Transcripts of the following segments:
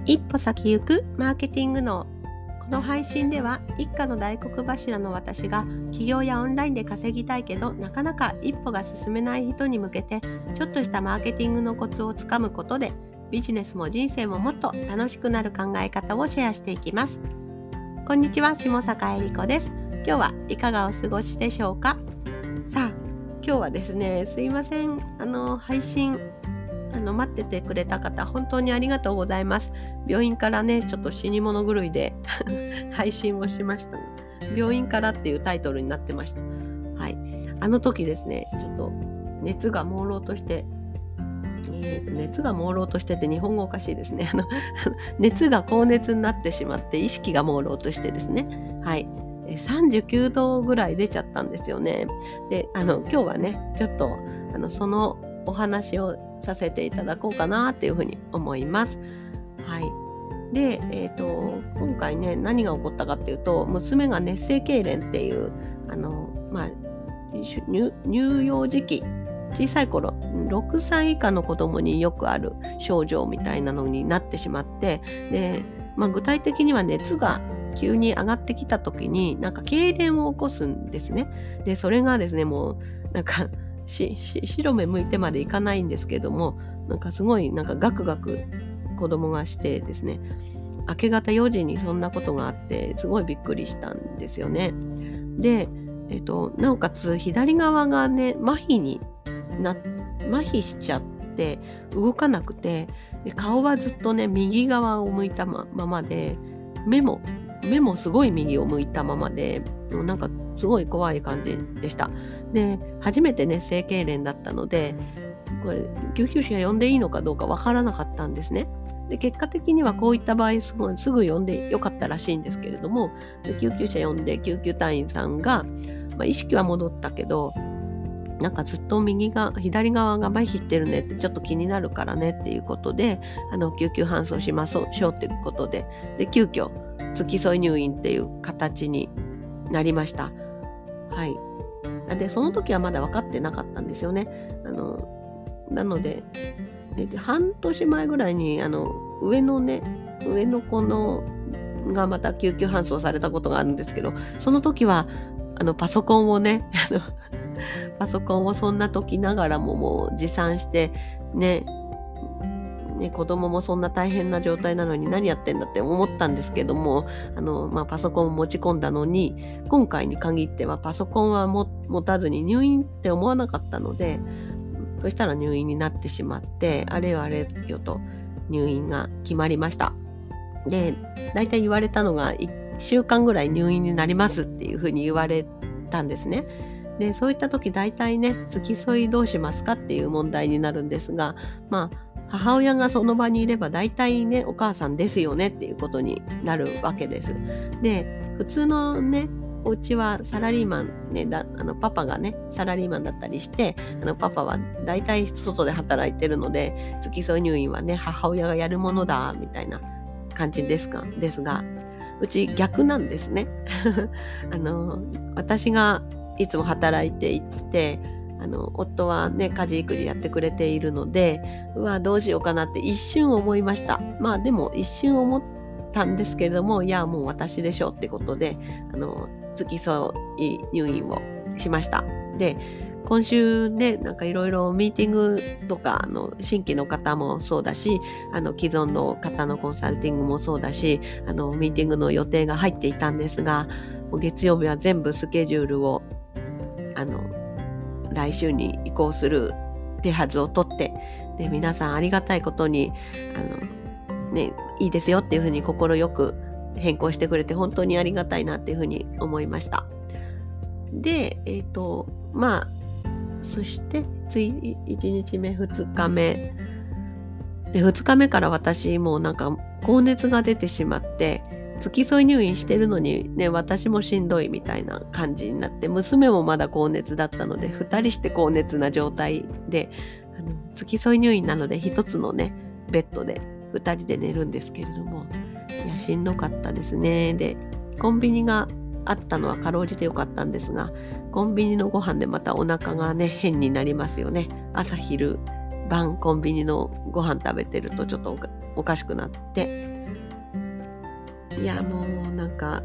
一歩先行くマーケティングのこの配信では、一家の大黒柱の私が起業やオンラインで稼ぎたいけどなかなか一歩が進めない人に向けて、ちょっとしたマーケティングのコツをつかむことでビジネスも人生ももっと楽しくなる考え方をシェアしていきます。こんにちは、下坂恵理子です。今日はいかがお過ごしでしょうか。さあ、今日はですね、すいません、配信待っててくれた方本当にありがとうございます。病院からね、ちょっと死に物狂いで配信をしました。病院からっていうタイトルになってました。はい、あの時ですね、ちょっと熱が朦朧として、熱が朦朧としてって日本語おかしいですね。熱が高熱になってしまって意識が朦朧としてですね、はい、39度ぐらい出ちゃったんですよね。で、今日はね、ちょっとそのお話をさせていただこうかなっていうふうに思います。はい。で、今回ね、何が起こったかっていうと、娘が熱性痙攣っていう乳幼児期、小さい頃6歳以下の子供によくある症状みたいなのになってしまって、で、具体的には熱が急に上がってきた時になんか痙攣を起こすんですね。で、それがですね、もうなんか白目向いてまでいかないんですけども、なんかすごいなんかガクガク子供がしてですね、明け方4時にそんなことがあってすごいびっくりしたんですよね。で、なおかつ左側がね麻痺しちゃって動かなくて、で顔はずっとね右側を向いたままで、目もすごい右を向いたままで、なんかすごい怖い感じでした。で、初めて熱性痙攣だったので、これ救急車呼んでいいのかどうかわからなかったんですね。で、結果的にはこういった場合すぐ呼んでよかったらしいんですけれども、救急車呼んで救急隊員さんが、意識は戻ったけど、なんかずっと左側が麻痺してるねって、ちょっと気になるからねっていうことで、救急搬送しましょうっていうことで、急遽付き添い入院っていう形になりました。はい。で、その時はまだ分かってなかったんですよね。なので、半年前ぐらいに上の子がまた救急搬送されたことがあるんですけど、その時はパソコンをねパソコンをそんな時ながらももう持参してね、子供もそんな大変な状態なのに何やってんだって思ったんですけども、パソコンを持ち込んだのに、今回に限ってはパソコンは持たずに入院って思わなかったので、そしたら入院になってしまって、あれよあれよと入院が決まりました。で、だいたい言われたのが1週間ぐらい入院になりますっていうふうに言われたんですね。で、そういった時だいたいね、付き添いどうしますかっていう問題になるんですが、母親がその場にいればだいたいね、お母さんですよねっていうことになるわけです。で、普通のね、お家はサラリーマンね、パパがねサラリーマンだったりして、パパはだいたい外で働いてるので、付き添い入院はね母親がやるものだみたいな感じですが、うち逆なんですね。私がいつも働いていて、夫はね家事育児やってくれているので、どうしようかなって一瞬思いました。でも一瞬思ったんですけれども、いやもう私でしょってことで付き添い入院をしました。で、今週ね、なんかいろいろミーティングとか新規の方もそうだし、既存の方のコンサルティングもそうだし、ミーティングの予定が入っていたんですが、もう月曜日は全部スケジュールを来週に移行する手はずを取って、で、皆さんありがたいことにいいですよっていうふうに心よく変更してくれて、本当にありがたいなっていうふうに思いました。で、そして1日目2日目で、2日目から私もうなんか高熱が出てしまって、付き添い入院してるのにね、私もしんどいみたいな感じになって、娘もまだ高熱だったので2人して高熱な状態で、付き添い入院なので1つのねベッドで2人で寝るんですけれども、いやしんどかったですね。で、コンビニがあったのはかろうじてよかったんですが、コンビニのご飯でまたお腹がね変になりますよね。朝昼晩コンビニのご飯食べてるとちょっとおかしくなって、いやもうなんか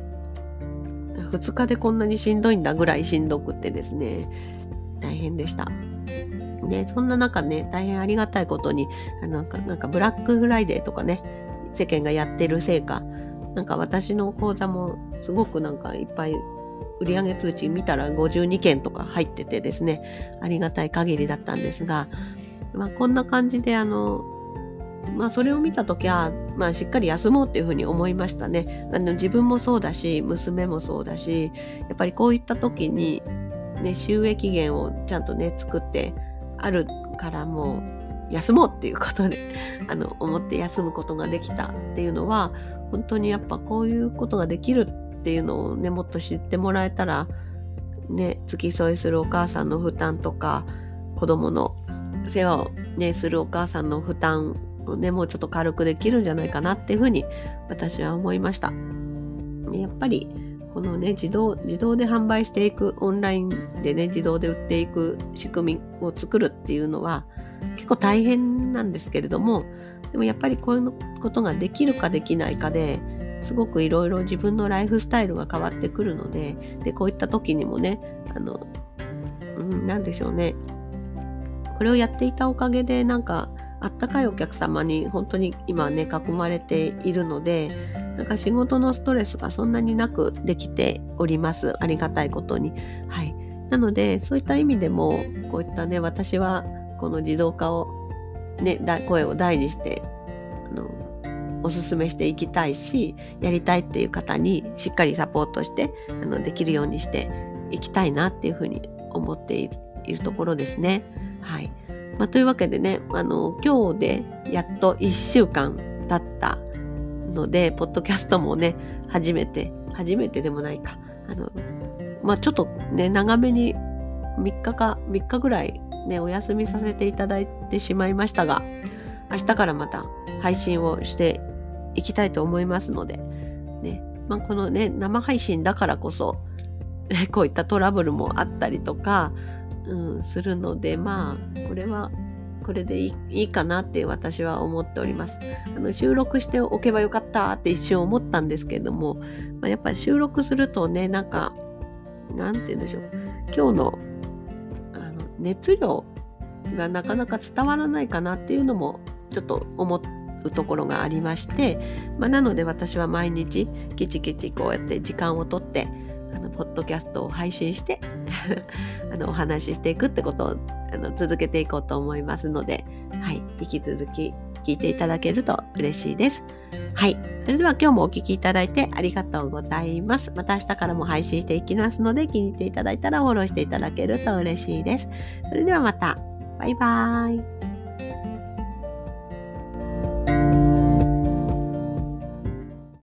2日でこんなにしんどいんだぐらいしんどくってですね、大変でした。でそんな中ね、大変ありがたいことになんかブラックフライデーとかね、世間がやってるせいか、なんか私の口座もすごくなんかいっぱい売上通知見たら52件とか入っててですね、ありがたい限りだったんですが、こんな感じでそれを見たときは、しっかり休もうっていうふうに思いましたね。自分もそうだし、娘もそうだし、やっぱりこういった時に、ね、収益源をちゃんとね、作ってあるからもう休もうっていうことで思って休むことができたっていうのは、本当にやっぱこういうことができるっていうのをね、もっと知ってもらえたら、ね、付き添いするお母さんの負担とか、子供の世話をね、するお母さんの負担をね、もうちょっと軽くできるんじゃないかなっていうふうに私は思いました。やっぱりこのね、自動で販売していく、オンラインでね、自動で売っていく仕組みを作るっていうのは結構大変なんですけれども、でもやっぱりこういうことができるかできないかですごくいろいろ自分のライフスタイルが変わってくるので、こういった時にもね、なんでしょうね、これをやっていたおかげでなんかあったかいお客様に本当に今ね囲まれているので、なんか仕事のストレスがそんなになくできております。ありがたいことに。はい。なのでそういった意味でもこういったね、私はこの自動化をね、声を大にしておすすめしていきたいし、やりたいっていう方にしっかりサポートしてできるようにしていきたいなっていうふうに思っているところですね。はい。というわけでね、今日でやっと1週間経ったので、ポッドキャストもね、初めてでもないか。ちょっとね、長めに3日ぐらいね、お休みさせていただいてしまいましたが、明日からまた配信をしていきたいと思いますので、ね、このね、生配信だからこそ、こういったトラブルもあったりとか、するので、これはこれでいいかなって私は思っております。収録しておけばよかったって一瞬思ったんですけれども、やっぱり収録するとね、なんて言うんでしょう、今日の熱量がなかなか伝わらないかなっていうのもちょっと思うところがありまして、なので私は毎日きちきちこうやって時間をとってポッドキャストを配信してお話ししていくってことを続けていこうと思いますので、はい、引き続き聞いていただけると嬉しいです。はい、それでは今日もお聞きいただいてありがとうございます。また明日からも配信していきますので、気に入っていただいたらフォローしていただけると嬉しいです。それではまた。バイバーイ。